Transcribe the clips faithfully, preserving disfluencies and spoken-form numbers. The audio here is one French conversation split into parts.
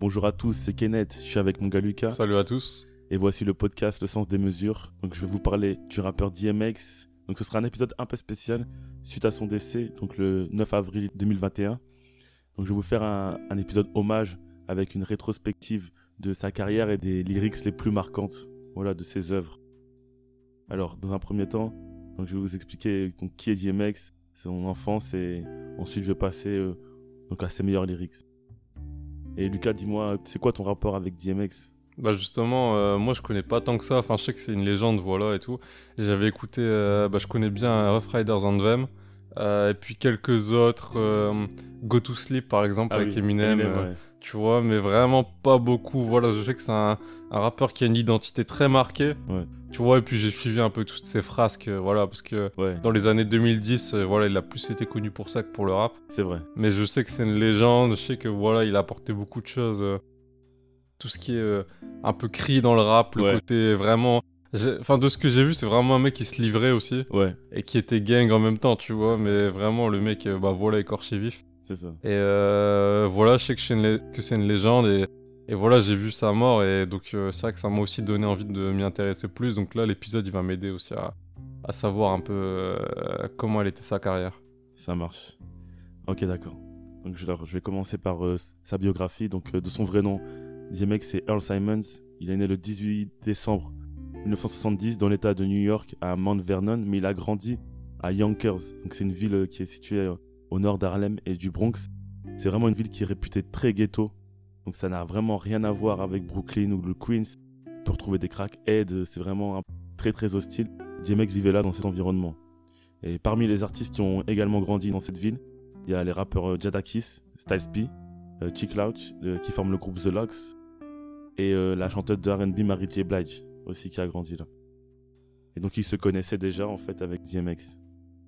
Bonjour à tous, c'est Kenneth, je suis avec mon gars Lucas. Salut à tous. Et voici le podcast Le Sens des Mesures. Donc je vais vous parler du rappeur D M X. Donc ce sera un épisode un peu spécial suite à son décès, donc le neuf avril deux mille vingt et un. Donc je vais vous faire un, un épisode hommage avec une rétrospective de sa carrière et des lyrics les plus marquantes, voilà, de ses œuvres. Alors dans un premier temps, donc je vais vous expliquer donc, qui est D M X, son enfance, et ensuite je vais passer euh, donc à ses meilleurs lyrics. Et Lucas, dis-moi, c'est quoi ton rapport avec D M X ? Bah justement, euh, moi je connais pas tant que ça, enfin je sais que c'est une légende, voilà, et tout. J'avais écouté, euh, bah je connais bien Rough Riders Anthem, euh, et puis quelques autres, euh, Go to Sleep par exemple, Ah avec oui, Eminem, Eminem, euh, ouais. tu vois, mais vraiment pas beaucoup. Voilà, je sais que c'est un, un rappeur qui a une identité très marquée, Ouais. tu vois, et puis j'ai suivi un peu toutes ses frasques, euh, voilà, parce que Ouais, dans les années deux mille dix, euh, voilà, il a plus été connu pour ça que pour le rap. c'est vrai. Mais je sais que c'est une légende, je sais que voilà, il a apporté beaucoup de choses. euh, tout ce qui est euh, un peu cri dans le rap, le Ouais. côté vraiment... j'ai- Enfin, de ce que j'ai vu, c'est vraiment un mec qui se livrait aussi, Ouais, et qui était gang en même temps, tu vois, mais vraiment, le mec, euh, bah voilà, écorché vif. c'est ça. Et euh, voilà, je sais que c'est une, lé- que c'est une légende, et, et voilà, j'ai vu sa mort, et donc euh, c'est vrai que ça m'a aussi donné envie de m'y intéresser plus, donc là, l'épisode, il va m'aider aussi à, à savoir un peu euh, comment elle était sa carrière. Ça marche. Ok, d'accord. Donc je, je vais commencer par euh, sa biographie. Donc euh, de son vrai nom, D M X, c'est Earl Simons. Il est né le dix-huit décembre mille neuf cent soixante-dix dans l'état de New York, à Mount Vernon, mais il a grandi à Yonkers. Donc c'est une ville euh, qui est située euh, au nord d'Harlem et du Bronx. C'est vraiment une ville qui est réputée très ghetto. Donc ça n'a vraiment rien à voir avec Brooklyn ou le Queens. On peut retrouver des crackheads, c'est vraiment un- très très hostile. D M X vivait là dans cet environnement. Et parmi les artistes qui ont également grandi dans cette ville, il y a les rappeurs euh, Jadakiss, Styles P, euh, Chick Louch, euh, qui forment le groupe The Lox, et euh, la chanteuse de R and B Mary J. Blige, aussi qui a grandi là. Et donc ils se connaissaient déjà en fait avec D M X.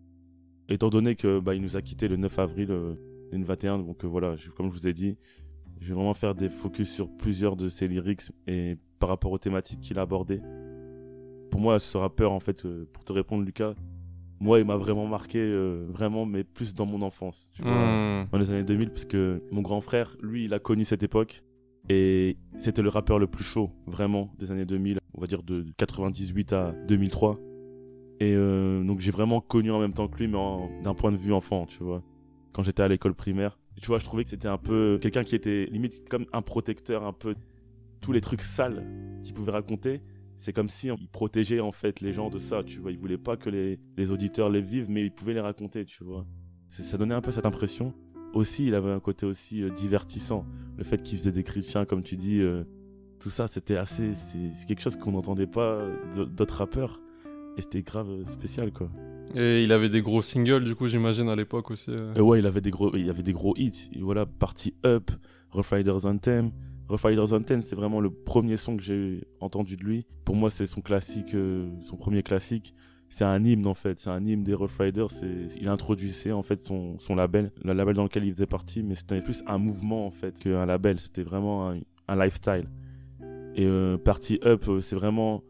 Étant donné que bah, il nous a quittés le neuf avril euh, deux mille vingt et un, donc euh, voilà, je- comme je vous ai dit, je vais vraiment faire des focus sur plusieurs de ses lyrics et par rapport aux thématiques qu'il a abordées. Pour moi, ce rappeur, en fait, euh, pour te répondre Lucas, moi, il m'a vraiment marqué, euh, vraiment, mais plus dans mon enfance, tu vois, Hmm. dans les années deux mille, parce que mon grand frère, lui, il a connu cette époque, et c'était le rappeur le plus chaud, vraiment, des années deux mille, on va dire de quatre-vingt-dix-huit à deux mille trois. Et euh, donc, j'ai vraiment connu en même temps que lui, mais en- d'un point de vue enfant, tu vois, quand j'étais à l'école primaire. Tu vois, je trouvais que c'était un peu quelqu'un qui était limite comme un protecteur, un peu tous les trucs sales qu'il pouvait raconter. C'est comme si il protégeait en fait les gens de ça, tu vois. Il voulait pas que les, les auditeurs les vivent, mais il pouvait les raconter, tu vois. C'est- Ça donnait un peu cette impression. Aussi, il avait un côté aussi euh, divertissant. Le fait qu'il faisait des cris de chien, comme tu dis, euh, tout ça, c'était assez... C'est c'est quelque chose qu'on n'entendait pas d- d'autres rappeurs. Et c'était grave euh, spécial, quoi. Et il avait des gros singles, du coup, j'imagine, à l'époque aussi. euh. Et ouais, il avait des gros, il y avait des gros hits. Et voilà, Party Up, Rough Riders Anthem. Rough Riders Anthem, c'est vraiment le premier son que j'ai entendu de lui. Pour moi, c'est son classique, euh, son premier classique. C'est un hymne en fait, c'est un hymne des Rough Riders. C'est, il introduisait en fait son, son label, le label dans lequel il faisait partie, mais c'était plus un mouvement en fait qu'un label. C'était vraiment un, un lifestyle. Et euh, Party Up, euh, c'est vraiment,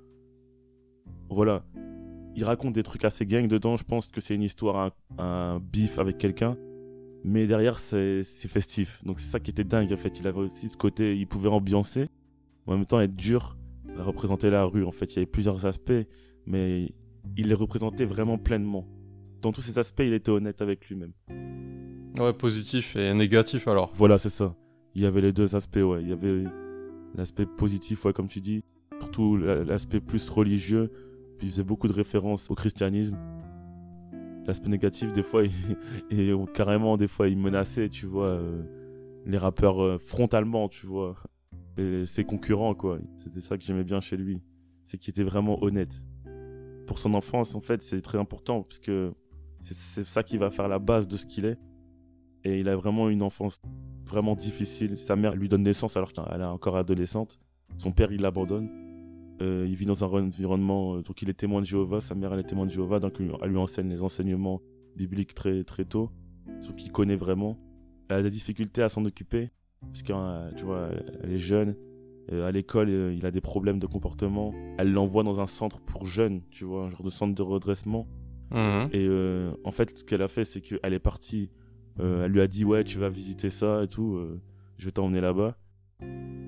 voilà, il raconte des trucs assez gang dedans. Je pense que c'est une histoire, un, un beef avec quelqu'un. Mais derrière, c'est, c'est festif. Donc c'est ça qui était dingue, en fait. Il avait aussi ce côté, il pouvait ambiancer, en même temps être dur, à représenter la rue. En fait, il y avait plusieurs aspects, mais il les représentait vraiment pleinement. Dans tous ces aspects, il était honnête avec lui-même. Ouais, positif et négatif, alors. Voilà, c'est ça. Il y avait les deux aspects, ouais. Il y avait l'aspect positif, ouais, comme tu dis, surtout l'aspect plus religieux, puis il faisait beaucoup de références au christianisme. L'aspect négatif, des fois, il, et carrément, des fois, il menaçait, tu vois, euh, les rappeurs euh, frontalement, tu vois, et ses concurrents, quoi. C'était ça que j'aimais bien chez lui, c'est qu'il était vraiment honnête. Pour son enfance, en fait, c'est très important, parce que c'est, c'est ça qui va faire la base de ce qu'il est. Et il a vraiment une enfance vraiment difficile. Sa mère lui donne naissance alors qu'elle est encore adolescente. Son père, il l'abandonne. Euh, il vit dans un environnement, euh, donc il est témoin de Jéhovah, sa mère elle est témoin de Jéhovah, donc elle lui enseigne les enseignements bibliques très, très tôt, donc il connaît vraiment. Elle a des difficultés à s'en occuper, parce que euh, tu vois, elle est jeune, euh, à l'école euh, il a des problèmes de comportement, elle l'envoie dans un centre pour jeunes, tu vois, un genre de centre de redressement. Mhm. Et euh, en fait ce qu'elle a fait c'est qu'elle est partie, euh, elle lui a dit ouais tu vas visiter ça et tout, euh, je vais t'emmener là-bas.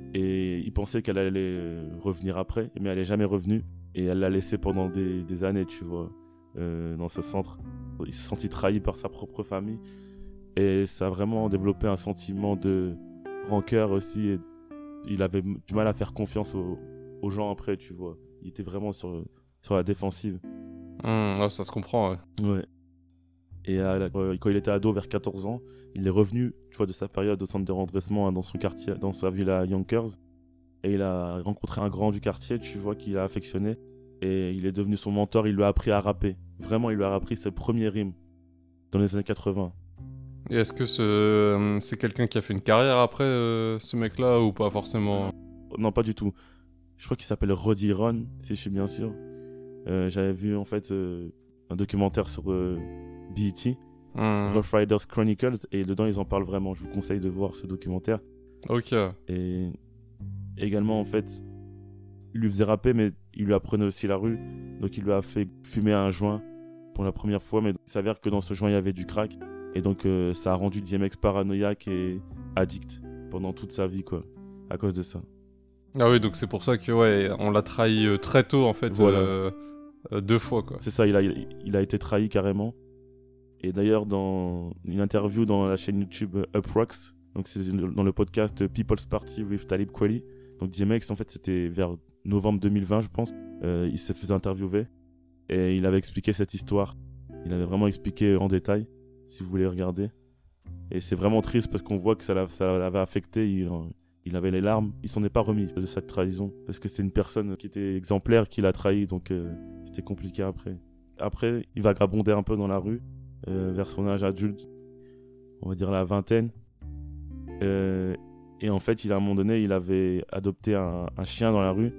Et il pensait qu'elle allait revenir après, mais elle n'est jamais revenue. Et elle l'a laissé pendant des, des années, tu vois, euh, dans ce centre. Il s'est senti trahi par sa propre famille. Et ça a vraiment développé un sentiment de rancœur aussi. Et il avait du mal à faire confiance aux, aux gens après, tu vois. Il était vraiment sur, sur la défensive. Mmh, ouais, ça se comprend, ouais. Ouais. Et à la- euh, quand il était ado, vers quatorze ans, il est revenu, tu vois, de sa période au centre de redressement hein, dans son quartier, dans sa villa Yonkers. Et il a rencontré un grand du quartier, tu vois, qu'il a affectionné. Et il est devenu son mentor, il lui a appris à rapper. Vraiment, il lui a appris ses premiers rimes dans les années quatre-vingts. Et est-ce que ce... c'est quelqu'un qui a fait une carrière après, euh, ce mec-là, ou pas forcément? Non, pas du tout. Je crois qu'il s'appelle Roddy Ron, si je suis bien sûr. Euh, j'avais vu en fait euh, un documentaire sur euh, B E T, Mmh. Rough Riders Chronicles, et dedans ils en parlent vraiment. Je vous conseille de voir ce documentaire. Ok. Et également en fait, il lui faisait rapper, mais il lui apprenait aussi la rue. Donc il lui a fait fumer un joint pour la première fois, mais il s'avère que dans ce joint il y avait du crack. Et donc euh, ça a rendu D M X paranoïaque et addict pendant toute sa vie, quoi, à cause de ça. Ah oui, donc c'est pour ça que, ouais, on l'a trahi euh, très tôt, en fait, Voilà. euh, euh, deux fois, quoi. C'est ça, il a, il, il a été trahi carrément. Et d'ailleurs, dans une interview dans la chaîne YouTube euh, Uproxx, donc c'est dans le podcast People's Party with Talib Kweli, donc D M X, en fait, c'était vers novembre deux mille vingt, je pense, euh, il se faisait interviewer et il avait expliqué cette histoire. Il avait vraiment expliqué en détail, si vous voulez regarder. Et c'est vraiment triste parce qu'on voit que ça l'a- ça l'avait affecté. Il, il avait les larmes. Il s'en est pas remis de cette trahison parce que c'était une personne qui était exemplaire qui l'a trahi, donc euh, c'était compliqué après. Après, il vagabondait un peu dans la rue euh, vers son âge adulte, on va dire la vingtaine. Euh, et en fait, il, à un moment donné, il avait adopté un, un chien dans la rue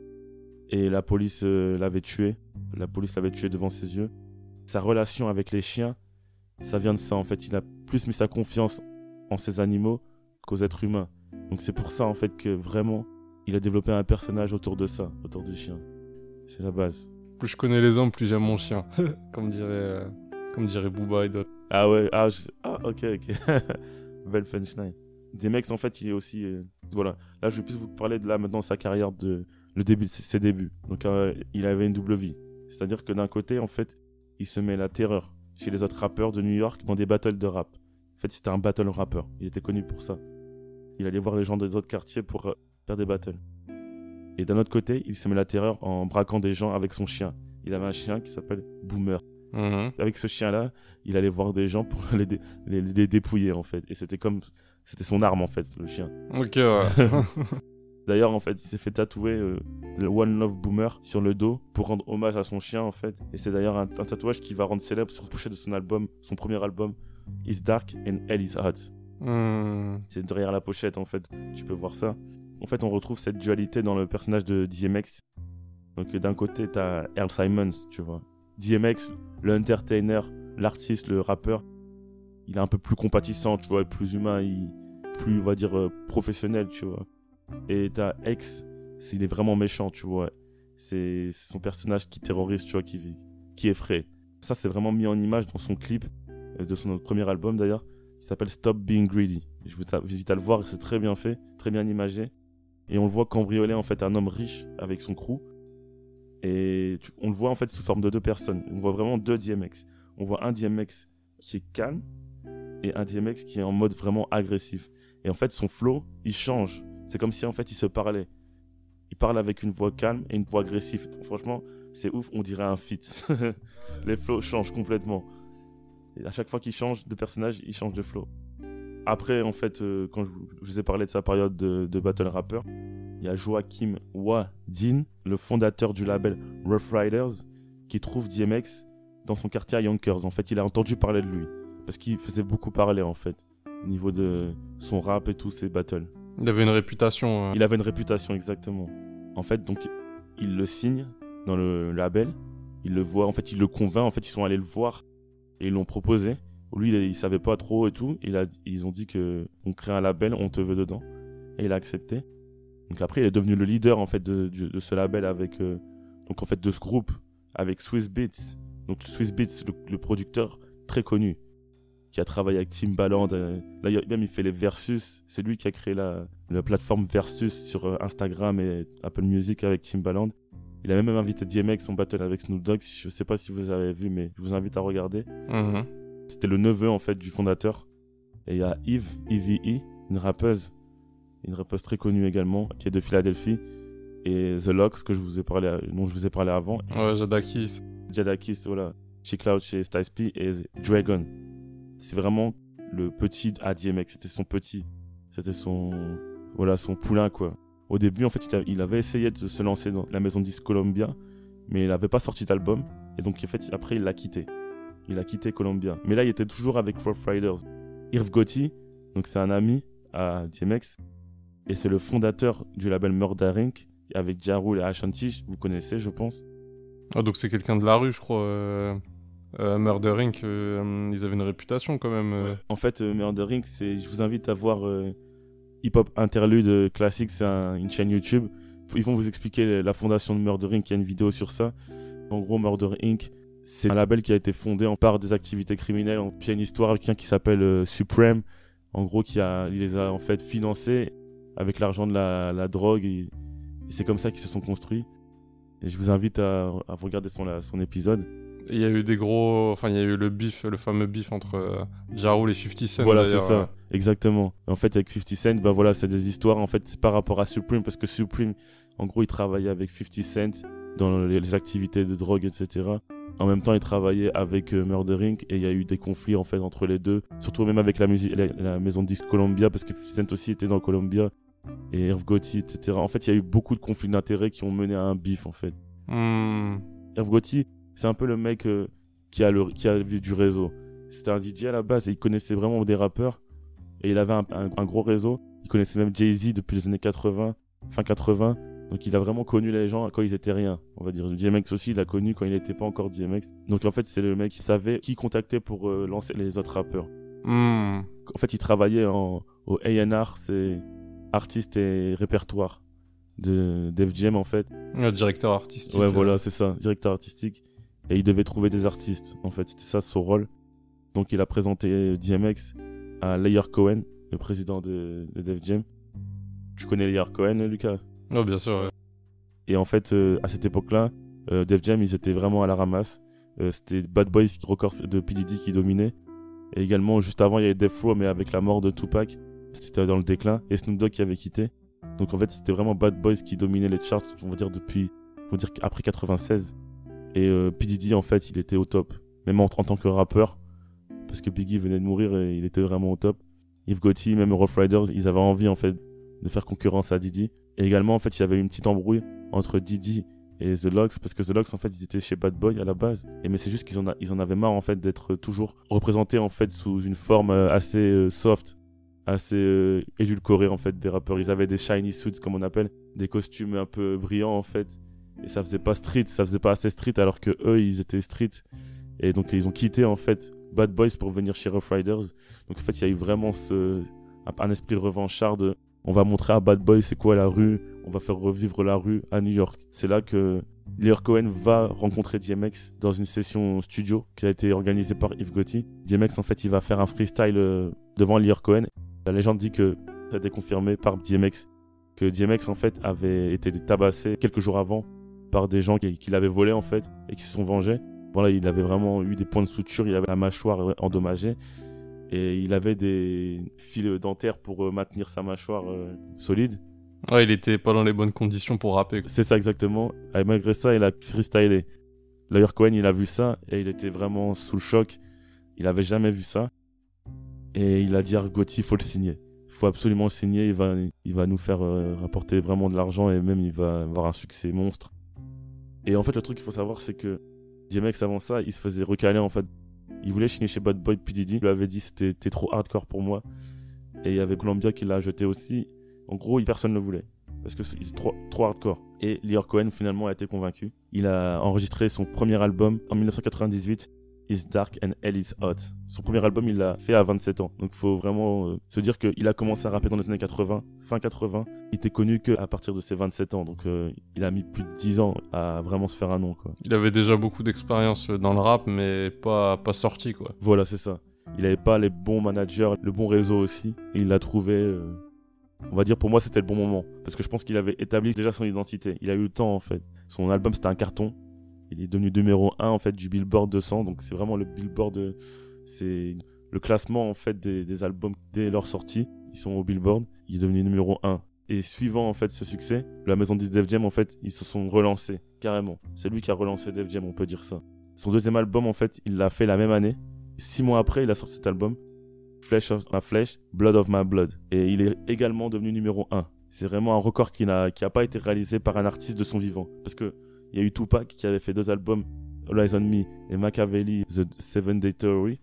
et la police euh, l'avait tué. La police l'avait tué devant ses yeux. Sa relation avec les chiens, ça vient de ça en fait. Il a plus mis sa confiance en ces animaux qu'aux êtres humains. Donc c'est pour ça en fait que vraiment, il a développé un personnage autour de ça, autour du chien. C'est la base. Plus je connais les hommes, plus j'aime mon chien. comme dirait, euh, comme dirait Booba et d'autres. Ah ouais, ah, je- ah ok, ok. Belle punchline. D M X en fait, il est aussi... euh, Voilà, là je vais plus vous parler de là maintenant sa carrière, de le début, ses ses débuts. Donc euh, il avait une double vie. C'est-à-dire que d'un côté, en fait, il se met la terreur chez les autres rappeurs de New York dans des battles de rap. En fait, c'était un battle rappeur. Il était connu pour ça. Il allait voir les gens des autres quartiers pour euh, faire des battles. Et d'un autre côté, il se met la terreur en braquant des gens avec son chien. Il avait un chien qui s'appelle Boomer. Mhm. Avec ce chien-là, il allait voir des gens pour les, dé- les, les dépouiller, en fait. Et c'était comme... C'était son arme, en fait, le chien. Ok, ouais. D'ailleurs, en fait, il s'est fait tatouer euh, le One Love Boomer sur le dos pour rendre hommage à son chien, en fait. Et c'est d'ailleurs un, un tatouage qui va rendre célèbre sur le pochette de son album, son premier album, It's Dark and Hell is Hot. Hmm. C'est derrière la pochette, en fait. Tu peux voir ça. En fait, on retrouve cette dualité dans le personnage de D M X. Donc, d'un côté, t'as Earl Simons, tu vois. D M X, le entertainer, l'artiste, le rappeur, il est un peu plus compatissant, tu vois, plus humain, il, plus, on va dire, euh, professionnel, tu vois. Et t'as X, c'est- il est vraiment méchant, tu vois. C'est c'est son personnage qui terrorise, tu vois, qui, qui effraie. Ça, c'est vraiment mis en image dans son clip, euh, de son premier album d'ailleurs, qui s'appelle Stop Being Greedy. Je vous invite à le voir, c'est très bien fait, très bien imagé. Et on le voit cambrioler en fait un homme riche avec son crew. Et tu- on le voit en fait sous forme de deux personnes. On voit vraiment deux D M X. On voit un D M X qui est calme et un D M X qui est en mode vraiment agressif. Et en fait, son flow, il change. C'est comme si en fait, il se parlait. Il parle avec une voix calme et une voix agressive. Franchement, c'est ouf, on dirait un feat. Les flows changent complètement. Et à chaque fois qu'il change de personnage, il change de flow. Après, en fait, euh, quand je vous, je vous ai parlé de sa période de, de battle rapper, il y a Joachim Wadin, le fondateur du label Rough Riders, qui trouve D M X dans son quartier à Yonkers. En fait, il a entendu parler de lui, parce qu'il faisait beaucoup parler, en fait, au niveau de son rap et tous ses battles. Il avait une réputation. euh. Il avait une réputation, exactement. En fait, donc, il le signe dans le label, il le voit, en fait, il le convainc, en fait, ils sont allés le voir, et ils l'ont proposé. Lui, il, il savait pas trop et tout, il a, ils ont dit que on crée un label, on te veut dedans. Et il a accepté. Donc après, il est devenu le leader en fait de, de, de ce label avec euh, donc en fait de ce groupe avec Swizz Beatz. Donc Swizz Beatz, le, le producteur très connu, qui a travaillé avec Timbaland. Euh, là, il, même il fait les Versus. C'est lui qui a créé la, la plateforme Versus sur euh, Instagram et Apple Music avec Timbaland. Il a même invité D M X en battle avec Snoop Dogg. Je sais pas si vous avez vu, mais je vous invite à regarder. Mm-hmm. C'était le neveu en fait du fondateur. Et il y a Eve, E V E, une rappeuse, une rappeuse très connue également, qui est de Philadelphie. Et The Lox, que je vous ai parlé, dont je vous ai parlé avant. Ouais, Jadakiss. Jadakiss, voilà. Chez Cloud, chez Styles P et Dragon. C'est vraiment le petit à D M X. C'était son petit. C'était son, voilà, son poulain, quoi. Au début, en fait, il avait essayé de se lancer dans la maison de disques Columbia, mais il n'avait pas sorti d'album. Et donc, en fait, après, il l'a quitté. Il a quitté Columbia. Mais là, il était toujours avec Rough Riders. Irv Gotti, donc c'est un ami à D M X. Et c'est le fondateur du label Murder Incorporated avec Ja Rule et Ashanti. Vous connaissez, je pense. Ah, donc c'est quelqu'un de la rue, je crois. Euh... Euh, Murder Incorporated, euh, ils avaient une réputation quand même. Euh... Ouais. En fait, euh, Murder Incorporated, c'est... je vous invite à voir euh, Hip Hop Interlude Classique, c'est un... une chaîne YouTube. Ils vont vous expliquer la fondation de Murder Incorporated, il y a une vidéo sur ça. En gros, Murder Incorporated, c'est un label qui a été fondé en part des activités criminelles. Puis il y a une histoire avec quelqu'un qui s'appelle euh, Supreme, en gros, qui a... il les a en fait financés avec l'argent de la, la drogue. Et... et c'est comme ça qu'ils se sont construits. Et je vous invite à, à regarder son, la... son épisode. Il y a eu des gros... Enfin, il y a eu le bif, le fameux bif entre euh, Ja Rule et fifty Cent. Voilà, c'est ça. Exactement. En fait, avec fifty Cent, bah voilà, c'est des histoires, en fait, c'est par rapport à Supreme, parce que Supreme, en gros, il travaillait avec fifty Cent dans les, les activités de drogue, et cetera. En même temps, il travaillait avec euh, Murder Incorporated, et il y a eu des conflits, en fait, entre les deux. Surtout même avec la, musique, la, la maison de disques Columbia, parce que fifty Cent aussi était dans Columbia, et Irv Gotti, et cetera. En fait, il y a eu beaucoup de conflits d'intérêts qui ont mené à un bif, en fait. Mm. Irv Gotti, c'est un peu le mec euh, qui a le qui a vu du réseau. C'était un D J à la base et il connaissait vraiment des rappeurs. Et il avait un, un, un gros réseau. Il connaissait même Jay-Z depuis les années quatre-vingts, fin quatre-vingts. Donc il a vraiment connu les gens quand ils étaient rien. On va dire D M X aussi, il a connu quand il n'était pas encore D M X. Donc en fait, c'est le mec qui savait qui contacter pour euh, lancer les autres rappeurs. Mm. En fait, il travaillait en, au A and R, c'est artiste et répertoire de Def Jam en fait. Le directeur artistique. Ouais, euh... voilà, c'est ça, directeur artistique. Et il devait trouver des artistes, en fait, c'était ça son rôle. Donc il a présenté D M X à Lyor Cohen, le président de, de Def Jam. Tu connais Lyor Cohen, Lucas? Oh, bien sûr, ouais. Et en fait, euh, à cette époque-là, euh, Def Jam, ils étaient vraiment à la ramasse. Euh, c'était Bad Boys Records de P. Diddy qui dominait. Et également, juste avant, il y avait Death Row, mais avec la mort de Tupac, c'était dans le déclin. Et Snoop Dogg qui avait quitté. Donc en fait, c'était vraiment Bad Boys qui dominait les charts, on va dire, depuis, on va dire, après quatre-vingt-seize. Et euh, P. Diddy, en fait, il était au top. Même en, en tant que rappeur, parce que Biggie venait de mourir et il était vraiment au top. Irv Gotti, même Rough Riders, ils avaient envie, en fait, de faire concurrence à Diddy. Et également, en fait, il y avait une petite embrouille entre Diddy et The Lox, parce que The Lox, en fait, ils étaient chez Bad Boy à la base. Et mais c'est juste qu'ils en, a, ils en avaient marre, en fait, d'être toujours représentés, en fait, sous une forme assez euh, soft, assez euh, édulcorée, en fait, des rappeurs. Ils avaient des shiny suits, comme on appelle, des costumes un peu brillants, en fait. Et ça faisait pas street, ça faisait pas assez street, alors que eux, ils étaient street. Et donc, ils ont quitté, en fait, Bad Boys pour venir chez Rough Riders. Donc, en fait, il y a eu vraiment ce, un, un esprit revanchard de... On va montrer à Bad Boy c'est quoi la rue, on va faire revivre la rue à New York. C'est là que Lyor Cohen va rencontrer D M X dans une session studio qui a été organisée par Irv Gotti. D M X, en fait, il va faire un freestyle euh, devant Lyor Cohen. La légende dit que ça a été confirmé par D M X, que D M X, en fait, avait été tabassé quelques jours avant par des gens qui, qui l'avaient volé, en fait, et qui se sont vengés. Voilà, il avait vraiment eu des points de suture, il avait la mâchoire endommagée. Et il avait des fils dentaires pour euh, maintenir sa mâchoire euh, solide. Ouais, il était pas dans les bonnes conditions pour rapper. Quoi. C'est ça exactement. Et malgré ça, il a freestylé. Lyor Cohen, il a vu ça et il était vraiment sous le choc. Il avait jamais vu ça. Et il a dit à Gotti, il faut le signer. Il faut absolument le signer. Il va, il va nous faire euh, rapporter vraiment de l'argent et même il va avoir un succès monstre. Et en fait, le truc qu'il faut savoir, c'est que D M X, avant ça, il se faisait recaler en fait. Il voulait signer chez Bad Boy, P. Diddy. Il lui avait dit c'était t'es trop hardcore pour moi. Et il y avait Columbia qui l'a jeté aussi. En gros, personne ne le voulait. Parce que c'est trop, trop hardcore. Et Lyor Cohen, finalement, a été convaincu. Il a enregistré son premier album en dix-neuf cent quatre-vingt-dix-huit, It's Dark and Hell is Hot. Son premier album, il l'a fait à vingt-sept ans. Donc il faut vraiment euh, se dire qu'il a commencé à rapper dans les années quatre-vingts, fin quatre-vingts. Il était connu qu'à partir de ses vingt-sept ans. Donc euh, il a mis plus de dix ans à vraiment se faire un nom, quoi. Il avait déjà beaucoup d'expérience dans le rap, mais pas, pas sorti, quoi. Voilà, c'est ça. il avait pas les bons managers, le bon réseau aussi. Et il l'a trouvé, euh, on va dire pour moi c'était le bon moment. Parce que je pense qu'il avait établi déjà son identité. Il a eu le temps en fait. Son album c'était un carton. Il est devenu numéro un en fait du Billboard deux cents. Donc c'est vraiment le Billboard, euh, c'est le classement en fait des, des albums dès leur sortie. Ils sont au Billboard. Il est devenu numéro un. Et suivant en fait ce succès, la maison de disques Def Jam en fait, ils se sont relancés carrément. C'est lui qui a relancé Def Jam, on peut dire ça. Son deuxième album en fait, il l'a fait la même année. Six mois après, il a sorti cet album, Flesh of My Flesh, Blood of My Blood. Et il est également devenu numéro un. C'est vraiment un record qui n'a qui a pas été réalisé par un artiste de son vivant. Parce que il y a eu Tupac qui avait fait deux albums, All Eyes on Me et Machiavelli, The Seven Day Theory.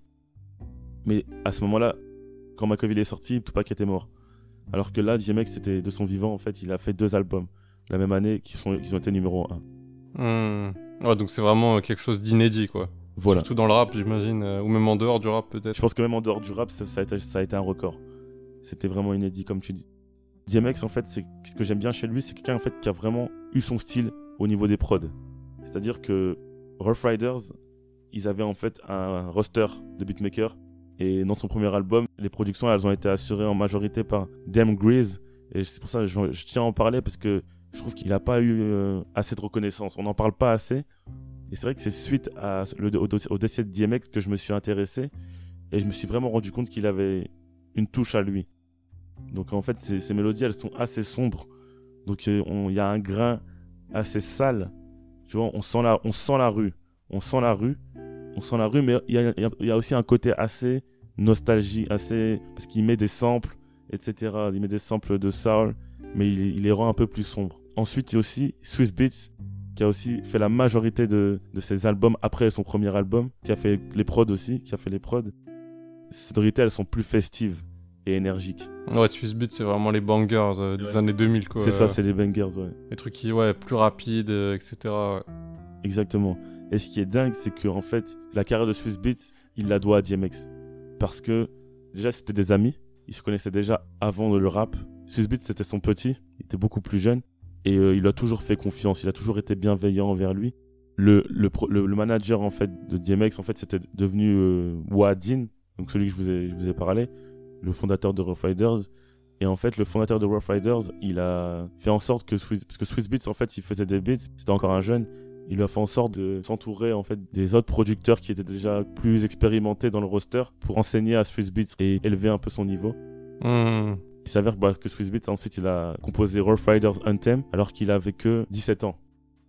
Mais à ce moment-là, quand Machiavelli est sorti, Tupac était mort. Alors que là, D M X, c'était de son vivant, en fait, il a fait deux albums la même année qui, sont, qui ont été numéro un. Mmh. Ouais, donc c'est vraiment quelque chose d'inédit, quoi. Voilà. Surtout dans le rap, j'imagine, euh, ou même en dehors du rap, peut-être. Je pense que même en dehors du rap, ça, ça, a, été, ça a été un record. C'était vraiment inédit, comme tu dis. D M X, en fait, c'est, ce que j'aime bien chez lui, c'est quelqu'un, en fait, qui a vraiment eu son style au niveau des prods. C'est-à-dire que Rough Riders, ils avaient, en fait, un roster de beatmakers. Et dans son premier album, les productions, elles ont été assurées en majorité par Dem Grease. Et c'est pour ça que je, je tiens à en parler parce que je trouve qu'il n'a pas eu euh, assez de reconnaissance. On n'en parle pas assez. Et c'est vrai que c'est suite à le, au, au décès de D M X que je me suis intéressé. Et je me suis vraiment rendu compte qu'il avait une touche à lui. Donc en fait, ces, ces mélodies, elles sont assez sombres. Donc il euh, y a un grain assez sale. Tu vois, on sent la, on sent la rue. On sent la rue. On sent la rue, mais il y, y, y a aussi un côté assez nostalgie, assez... parce qu'il met des samples, et cetera. Il met des samples de soul, mais il, il les rend un peu plus sombres. Ensuite, il y a aussi Swizz Beatz, qui a aussi fait la majorité de, de ses albums après son premier album, qui a fait les prods aussi, qui a fait les prods. Ces sonorités, elles sont plus festives et énergiques. Ouais, Swizz Beatz, c'est vraiment les bangers euh, des ouais. années deux mille, quoi. C'est ça, c'est les bangers, ouais. Les trucs qui, ouais, plus rapides, euh, et cetera. Ouais. Exactement. Et ce qui est dingue, c'est que en fait, la carrière de Swizz Beatz, il la doit à D M X. Parce que, déjà, c'était des amis. Ils se connaissaient déjà avant le rap. Swizz Beatz, c'était son petit. Il était beaucoup plus jeune. Et euh, il a toujours fait confiance. Il a toujours été bienveillant envers lui. Le, le, le, le manager, en fait, de D M X, en fait, c'était devenu euh, Wahadine. Donc, celui que je vous ai, je vous ai parlé. Le fondateur de Rough Riders. Et en fait, le fondateur de Rough Riders, il a fait en sorte que Swizz... Parce que Swizz Beatz, en fait, il faisait des beats. C'était encore un jeune. Il a fait en sorte de s'entourer en fait des autres producteurs qui étaient déjà plus expérimentés dans le roster pour enseigner à Swizz Beatz et élever un peu son niveau. Mmh. Il s'avère bah, que Swizz Beatz ensuite il a composé Rough Riders Anthem alors qu'il avait que dix-sept ans.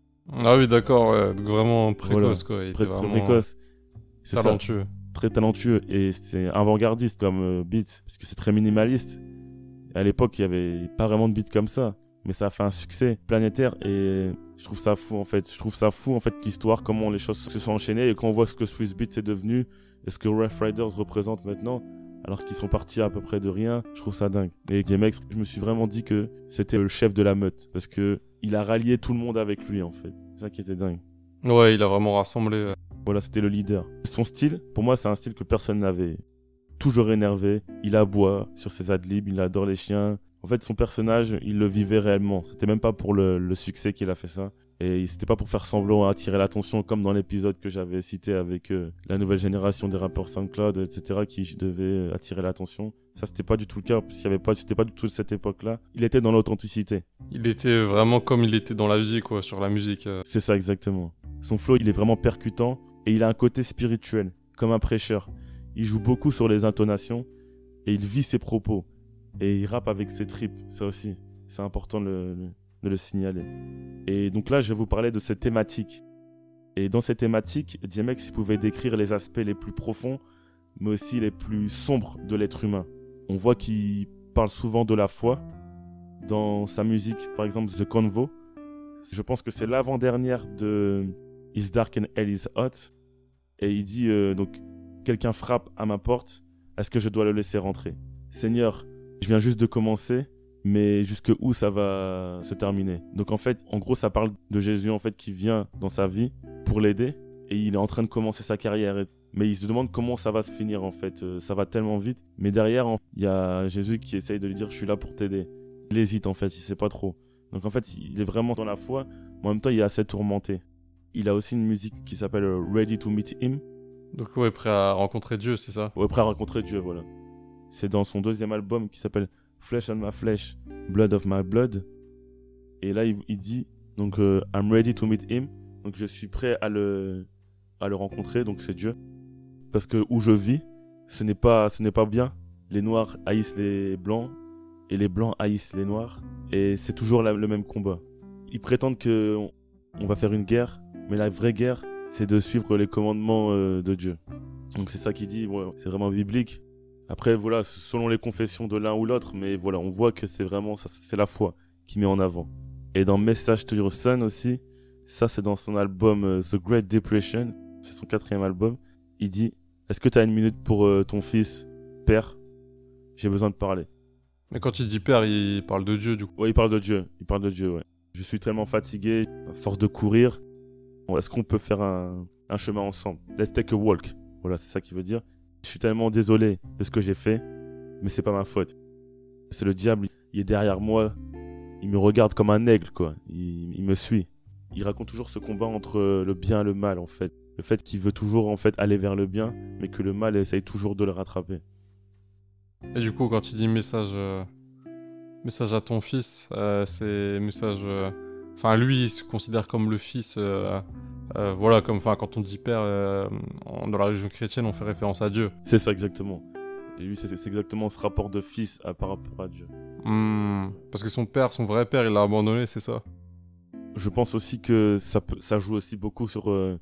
Ah oui d'accord, ouais. Donc vraiment précoce voilà. quoi. Il Pré- était vraiment précoce. C'est talentueux. Ça. Très talentueux et c'est avant-gardiste comme euh, beat parce que c'est très minimaliste. À l'époque il y avait pas vraiment de beat comme ça. Mais ça a fait un succès planétaire et je trouve ça fou en fait. Je trouve ça fou en fait l'histoire, comment les choses se sont enchaînées et quand on voit ce que Swizz Beatz est devenu et ce que Rough Riders représente maintenant, alors qu'ils sont partis à peu près de rien, je trouve ça dingue. Et D M X, je me suis vraiment dit que c'était le chef de la meute parce que il a rallié tout le monde avec lui en fait. C'est ça qui était dingue. Ouais, il a vraiment rassemblé. Voilà, c'était le leader. Son style, pour moi, c'est un style que personne n'avait. Toujours énervé, il aboie sur ses adlibs, il adore les chiens. En fait, son personnage, il le vivait réellement. C'était même pas pour le, le succès qu'il a fait ça. Et c'était pas pour faire semblant, attirer l'attention, comme dans l'épisode que j'avais cité avec euh, la nouvelle génération des rappeurs SoundCloud, et cetera, qui devait attirer l'attention. Ça, c'était pas du tout le cas, parce qu'il y avait pas, c'était pas du tout cette époque-là. Il était dans l'authenticité. Il était vraiment comme il était dans la vie, quoi, sur la musique. Euh. C'est ça, exactement. Son flow, il est vraiment percutant, et il a un côté spirituel, comme un prêcheur. Il joue beaucoup sur les intonations, et il vit ses propos. Et il rappe avec ses tripes, ça aussi. C'est important de le, de le signaler. Et donc là, je vais vous parler de ces thématiques. Et dans ces thématiques, D M X il pouvait décrire les aspects les plus profonds, mais aussi les plus sombres de l'être humain. On voit qu'il parle souvent de la foi. Dans sa musique, par exemple, The Convo, je pense que c'est l'avant-dernière de It's Dark and Hell is Hot. Et il dit, euh, donc, quelqu'un frappe à ma porte, est-ce que je dois le laisser rentrer ? Seigneur, je viens juste de commencer, mais jusque où ça va se terminer. Donc en fait, en gros, ça parle de Jésus en fait qui vient dans sa vie pour l'aider et il est en train de commencer sa carrière. Mais il se demande comment ça va se finir en fait. Euh, ça va tellement vite. Mais derrière, il y a Jésus qui essaye de lui dire « je suis là pour t'aider ». Il hésite en fait, il sait pas trop. Donc en fait, il est vraiment dans la foi, mais en même temps, il est assez tourmenté. Il a aussi une musique qui s'appelle « Ready to Meet Him ». Donc ouais, prêt à rencontrer Dieu, c'est ça? Ouais, prêt à rencontrer Dieu, voilà. C'est dans son deuxième album qui s'appelle Flesh on My Flesh, Blood of My Blood. Et là, il, il dit, donc, euh, I'm ready to meet him. Donc, je suis prêt à le, à le rencontrer, donc c'est Dieu. Parce que où je vis, ce n'est pas, ce n'est pas bien. Les Noirs haïssent les Blancs et les Blancs haïssent les Noirs. Et c'est toujours la, le même combat. Ils prétendent qu'on on va faire une guerre, mais la vraie guerre, c'est de suivre les commandements euh, de Dieu. Donc c'est ça qu'il dit, ouais, c'est vraiment biblique. Après, voilà, selon les confessions de l'un ou l'autre, mais voilà, on voit que c'est vraiment, ça, c'est la foi qui met en avant. Et dans Message to Your Son aussi, ça c'est dans son album euh, The Great Depression, c'est son quatrième album, il dit « Est-ce que tu as une minute pour euh, ton fils, père? J'ai besoin de parler. » Mais quand il dit père, il parle de Dieu, du coup. Ouais, il parle de Dieu, il parle de Dieu, ouais. Je suis tellement fatigué, à force de courir, bon, est-ce qu'on peut faire un, un chemin ensemble? Let's take a walk. Voilà, c'est ça qu'il veut dire. Je suis tellement désolé de ce que j'ai fait, mais c'est pas ma faute. C'est le diable, il est derrière moi, il me regarde comme un aigle, quoi. Il, il me suit. Il raconte toujours ce combat entre le bien et le mal, en fait. Le fait qu'il veut toujours, en fait, aller vers le bien, mais que le mal essaye toujours de le rattraper. Et du coup, quand il dit message, euh, message à ton fils, euh, c'est message... euh, Enfin, lui, il se considère comme le fils... euh, euh, voilà, comme enfin, quand on dit père, euh, en- dans la religion chrétienne, on fait référence à Dieu. C'est ça, exactement. Et lui, c'est c'est exactement ce rapport de fils à, par rapport à Dieu. Hmm, parce que son père, son vrai père, il l'a abandonné, c'est ça? Je pense aussi que ça, peut, ça joue aussi beaucoup sur, euh,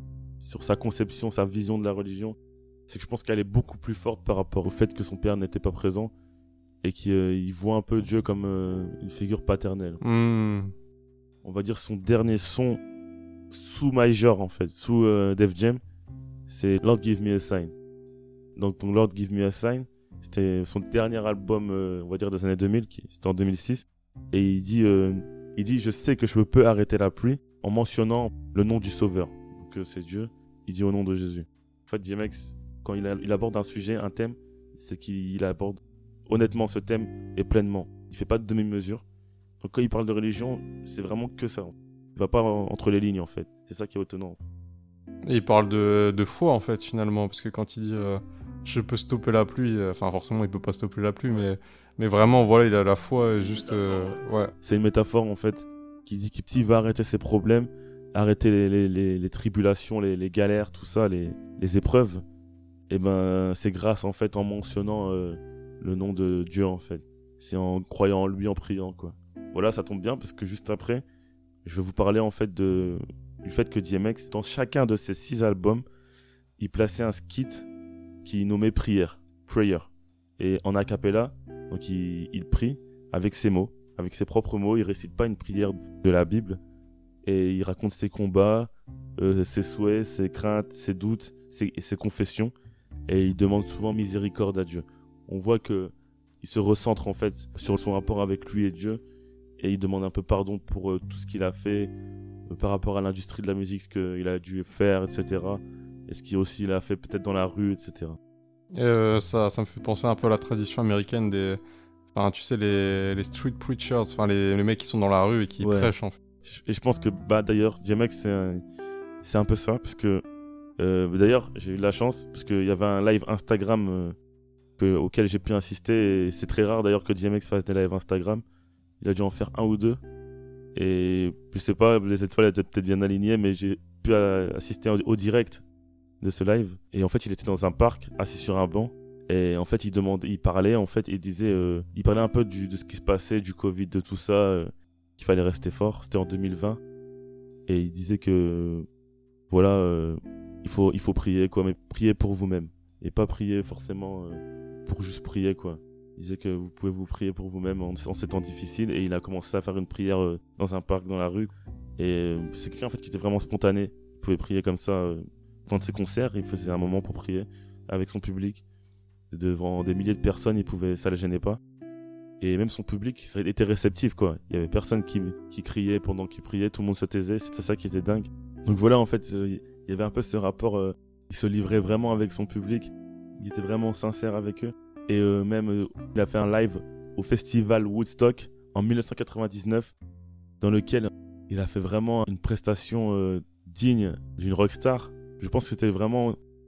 sur sa conception, sa vision de la religion. C'est que je pense qu'elle est beaucoup plus forte par rapport au fait que son père n'était pas présent et qu'il euh, il voit un peu Dieu comme euh, une figure paternelle. Hmm. On va dire son dernier son sous Major, en fait, sous euh, Def Jam, c'est Lord Give Me a Sign. Donc ton Lord Give Me a Sign, c'était son dernier album, euh, on va dire des années deux mille, qui, c'était en deux mille six. Et il dit, euh, il dit, je sais que je peux arrêter la pluie en mentionnant le nom du Sauveur. Donc euh, c'est Dieu, il dit au nom de Jésus. En fait, D M X, quand il, a, il aborde un sujet, un thème, c'est qu'il aborde honnêtement ce thème et pleinement. Il fait pas de demi-mesure. Donc quand il parle de religion, c'est vraiment que ça. Il va pas en- entre les lignes, en fait. C'est ça qui est étonnant. Et il parle de, de foi, en fait, finalement, parce que quand il dit euh, je peux stopper la pluie, euh, enfin, forcément, il peut pas stopper la pluie, mais, mais vraiment, voilà, il a la foi, euh, juste. euh, ouais. C'est une métaphore, en fait, qui dit que s'il va arrêter ses problèmes, arrêter les, les, les, les tribulations, les, les galères, tout ça, les, les épreuves, et ben c'est grâce, en fait, en mentionnant euh, le nom de Dieu, en fait. C'est en croyant en lui, en priant, quoi. Voilà, ça tombe bien, parce que juste après, je vais vous parler, en fait, de, du fait que D M X, dans chacun de ses six albums, il plaçait un skit qui nommait prière, prayer. Et en a cappella, donc il, il prie avec ses mots, avec ses propres mots. Il récite pas une prière de la Bible. Et il raconte ses combats, euh, ses souhaits, ses craintes, ses doutes, ses, ses confessions. Et il demande souvent miséricorde à Dieu. On voit que il se recentre en fait sur son rapport avec lui et Dieu. Et il demande un peu pardon pour euh, tout ce qu'il a fait euh, par rapport à l'industrie de la musique, ce qu'il a dû faire, et cetera. Et ce qu'il aussi il a fait peut-être dans la rue, et cetera. Et, euh, ça, ça me fait penser un peu à la tradition américaine des. Enfin, tu sais, les, les street preachers, enfin, les, les mecs qui sont dans la rue et qui Ouais. prêchent, en fait. Et je pense que, bah, d'ailleurs, D M X, c'est un, c'est un peu ça, parce que, euh, d'ailleurs, j'ai eu de la chance, parce qu'il y avait un live Instagram euh, que, auquel j'ai pu assister, et c'est très rare d'ailleurs que D M X fasse des lives Instagram. Il a dû en faire un ou deux, et je sais pas, les étoiles étaient peut-être bien alignées, mais j'ai pu euh, assister au, au direct de ce live, et en fait, il était dans un parc, assis sur un banc, et en fait, il demandait, il parlait, en fait, il disait, euh, il parlait un peu du, de ce qui se passait, du Covid, de tout ça, euh, qu'il fallait rester fort. C'était en deux mille vingt. Et il disait que, voilà, euh, il, faut, il faut prier, quoi, mais prier pour vous-même. Et pas prier forcément euh, pour juste prier, quoi. Il disait que vous pouvez vous prier pour vous-même en, en ces temps difficiles. Et il a commencé à faire une prière euh, dans un parc, dans la rue. Et euh, c'est quelqu'un, en fait, qui était vraiment spontané. Il pouvait prier comme ça. Euh, dans ses concerts, il faisait un moment pour prier avec son public. Devant des milliers de personnes, il pouvait, ça ne le gênait pas. Et même son public était réceptif, quoi. Il y avait personne qui, qui criait pendant qu'il priait, tout le monde se taisait, c'était ça qui était dingue. Donc voilà, en fait, euh, il y avait un peu ce rapport, euh, il se livrait vraiment avec son public, il était vraiment sincère avec eux. Et euh, même, euh, il a fait un live au festival Woodstock en mille neuf cent quatre-vingt-dix-neuf, dans lequel il a fait vraiment une prestation euh, digne d'une rockstar. Je pense que c'était vraiment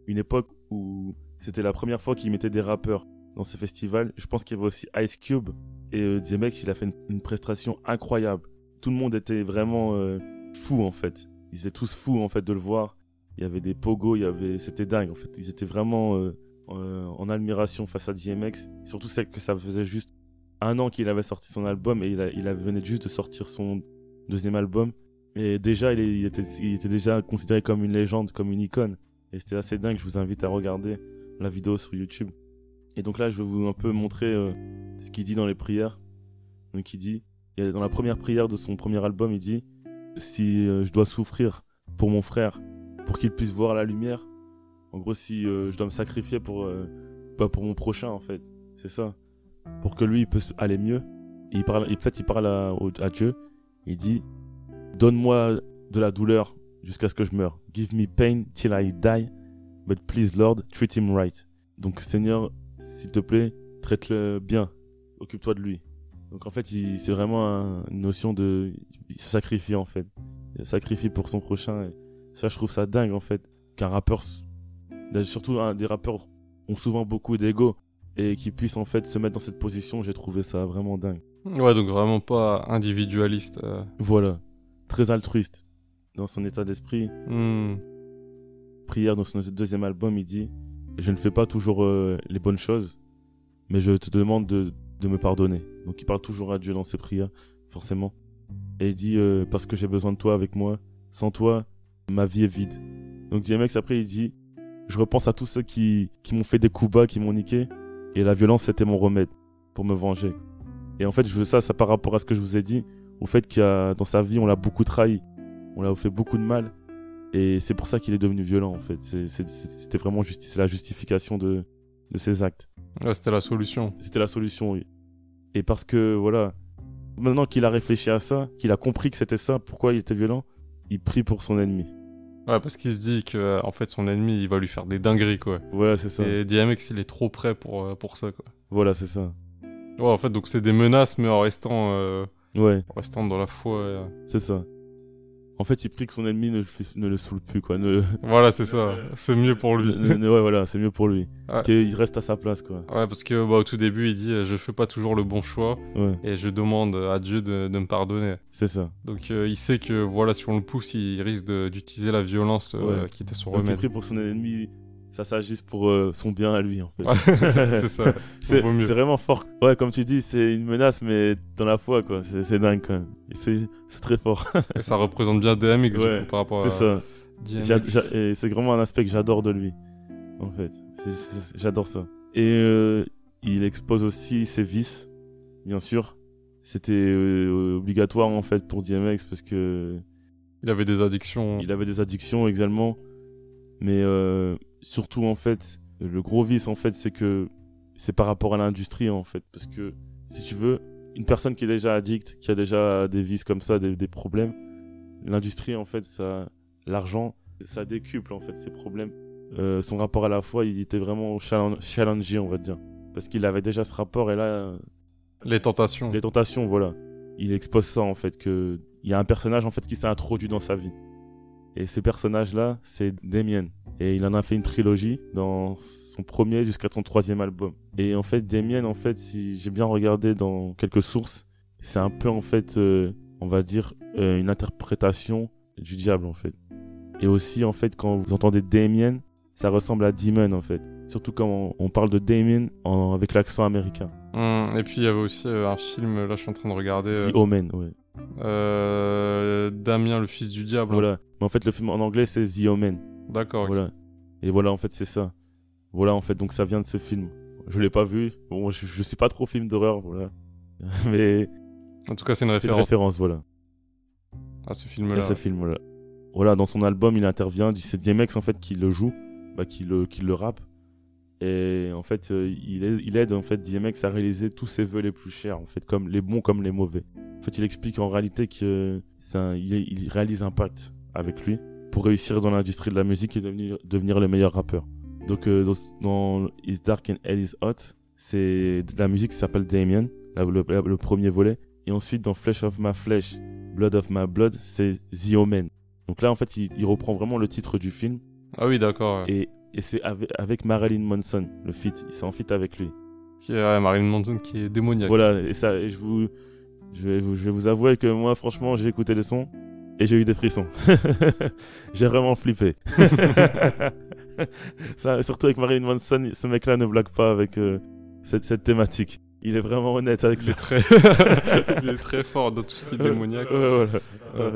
une époque où c'était la première fois qu'il mettait des rappeurs dans ce festival. Je pense qu'il y avait aussi Ice Cube. Et euh, D M X, il a fait une, une prestation incroyable. Tout le monde était vraiment euh, fou, en fait. Ils étaient tous fous, en fait, de le voir. Il y avait des pogos, il y avait... c'était dingue, en fait. Ils étaient vraiment euh, euh, en admiration face à D M X. Surtout celle que ça faisait juste un an qu'il avait sorti son album et il, a, il avait venait juste de sortir son deuxième album. Et déjà, il, est, il, était, il était déjà considéré comme une légende, comme une icône. Et c'était assez dingue. Je vous invite à regarder la vidéo sur YouTube. Et donc là, je vais vous un peu montrer euh, ce qu'il dit dans les prières. Donc il dit, et dans la première prière de son premier album, il dit « Si euh, je dois souffrir pour mon frère, pour qu'il puisse voir la lumière, en gros, si euh, je dois me sacrifier pour, euh, bah, pour mon prochain, en fait. C'est ça. Pour que lui, il puisse aller mieux. » Et il parle, en fait, il parle à, à Dieu. Il dit « Donne-moi de la douleur jusqu'à ce que je meure. Give me pain till I die, but please, Lord, treat him right. » Donc, Seigneur, s'il te plaît, traite-le bien. Occupe-toi de lui. Donc, en fait, il, c'est vraiment un, une notion de... Il se sacrifie, en fait. Il se sacrifie pour son prochain. Et ça, je trouve ça dingue, en fait. Qu'un rappeur... Surtout, hein, des rappeurs ont souvent beaucoup d'ego. Et qu'ils puissent, en fait, se mettre dans cette position. J'ai trouvé ça vraiment dingue. Ouais, donc vraiment pas individualiste. Euh... Voilà. Très altruiste. Dans son état d'esprit. Mm. Prière, dans son deuxième album, il dit... Je ne fais pas toujours euh, les bonnes choses, mais je te demande de, de me pardonner. Donc il parle toujours à Dieu dans ses prières, forcément. Et il dit euh, parce que j'ai besoin de toi avec moi. Sans toi, ma vie est vide. Donc D M X après il dit je repense à tous ceux qui, qui m'ont fait des coups bas, qui m'ont niqué, et la violence c'était mon remède pour me venger. Et en fait je veux ça, ça par rapport à ce que je vous ai dit, au fait qu'il y a dans sa vie on l'a beaucoup trahi, on l'a fait beaucoup de mal. Et c'est pour ça qu'il est devenu violent, en fait. C'est, c'est, c'était vraiment justi- c'est la justification de, de ses actes. Ouais, c'était la solution. C'était la solution, oui. Et parce que, voilà, maintenant qu'il a réfléchi à ça, qu'il a compris que c'était ça, pourquoi il était violent, il prie pour son ennemi. Ouais, parce qu'il se dit que, en fait, son ennemi, il va lui faire des dingueries, quoi. Voilà, c'est ça. Et D M X, il est trop prêt pour, pour ça, quoi. Voilà, c'est ça. Ouais, en fait, donc c'est des menaces, mais en restant, euh, ouais. en restant dans la foi. Euh... C'est ça. En fait, il prie que son ennemi ne le, fait, ne le saoule plus, quoi. Ne... Voilà, c'est ça. C'est mieux pour lui. ne, ne, ouais, voilà, c'est mieux pour lui. Ouais. Qu'il reste à sa place, quoi. Ouais, parce que bah, au tout début, il dit « Je fais pas toujours le bon choix ouais. et je demande à Dieu de, de me pardonner. » C'est ça. Donc, euh, il sait que, voilà, si on le pousse, il risque de, d'utiliser la violence euh, ouais. qui était son Donc, remède. il prie pour son ennemi... ça s'agisse pour euh, son bien à lui, en fait. c'est ça. c'est, c'est vraiment fort. Ouais, comme tu dis, c'est une menace, mais dans la foi, quoi. C'est, c'est dingue, quand même. Et c'est, c'est très fort. Et ça représente bien D M X, ouais, du coup, par rapport c'est à... C'est ça. J'a, j'a, et c'est vraiment un aspect que j'adore de lui, en fait. C'est, c'est, j'adore ça. Et euh, il expose aussi ses vices, bien sûr. C'était euh, obligatoire, en fait, pour D M X, parce que... Il avait des addictions. Il avait des addictions, également. Mais... Euh, surtout, en fait, le gros vice, en fait, c'est que c'est par rapport à l'industrie, en fait. Parce que, si tu veux, une personne qui est déjà addict, qui a déjà des vices comme ça, des, des problèmes, l'industrie, en fait, ça, l'argent, ça décuple, en fait, ces problèmes. Euh, son rapport à la foi, il était vraiment challengé, on va dire. Parce qu'il avait déjà ce rapport, et là... Les tentations. Les tentations, voilà. Il expose ça, en fait, qu'il y a un personnage, en fait, qui s'est introduit dans sa vie. Et ce personnage-là, c'est Damien. Et il en a fait une trilogie dans son premier jusqu'à son troisième album. Et en fait, Damien, en fait, si j'ai bien regardé dans quelques sources, c'est un peu, en fait, euh, on va dire, euh, une interprétation du diable, en fait. Et aussi, en fait, quand vous entendez Damien, ça ressemble à Demon, en fait. Surtout quand on, on parle de Damien en, avec l'accent américain. Mmh, et puis, il y avait aussi euh, un film, là, je suis en train de regarder... Euh... The Omen, ouais. Euh, Damien, le fils du diable. Voilà. Mais en fait, le film en anglais, c'est The Omen. D'accord. Voilà. Okay. Et voilà, en fait, c'est ça. Voilà, en fait, donc ça vient de ce film. Je l'ai pas vu. Bon, je, je suis pas trop film d'horreur, voilà. Mais... En tout cas, c'est une référence. C'est une référence, voilà. À ce film-là. À ce film-là. Voilà, dans son album, il intervient. C'est D M X, en fait, qui le joue, bah, qui le, qui le rappe. Et en fait, euh, il, aide, il aide, en fait, D M X à réaliser tous ses vœux les plus chers, en fait, comme les bons comme les mauvais. En fait, il explique en réalité qu'il il réalise un pacte avec lui pour réussir dans l'industrie de la musique et devenir, devenir le meilleur rappeur. Donc, euh, dans, dans It's Dark and Hell is Hot, c'est la musique qui s'appelle Damien, le, le, le premier volet. Et ensuite, dans Flesh of My Flesh, Blood of My Blood, c'est The Omen. Donc là, en fait, il, il reprend vraiment le titre du film. Ah oui, d'accord. Ouais. Et Et c'est avec, avec Marilyn Manson, le feat. C'est en feat avec lui. Qui est ouais, Marilyn Manson qui est démoniaque. Voilà, et ça, et je, vous, je, vais vous, je vais vous avouer que moi, franchement, j'ai écouté le son et j'ai eu des frissons. J'ai vraiment flippé. Ça, surtout avec Marilyn Manson, ce mec-là ne blague pas avec euh, cette, cette thématique. Il est vraiment honnête avec il, est ses... très... il est très fort dans tout ce qui est démoniaque. Ouais, voilà. Ouais. Ouais.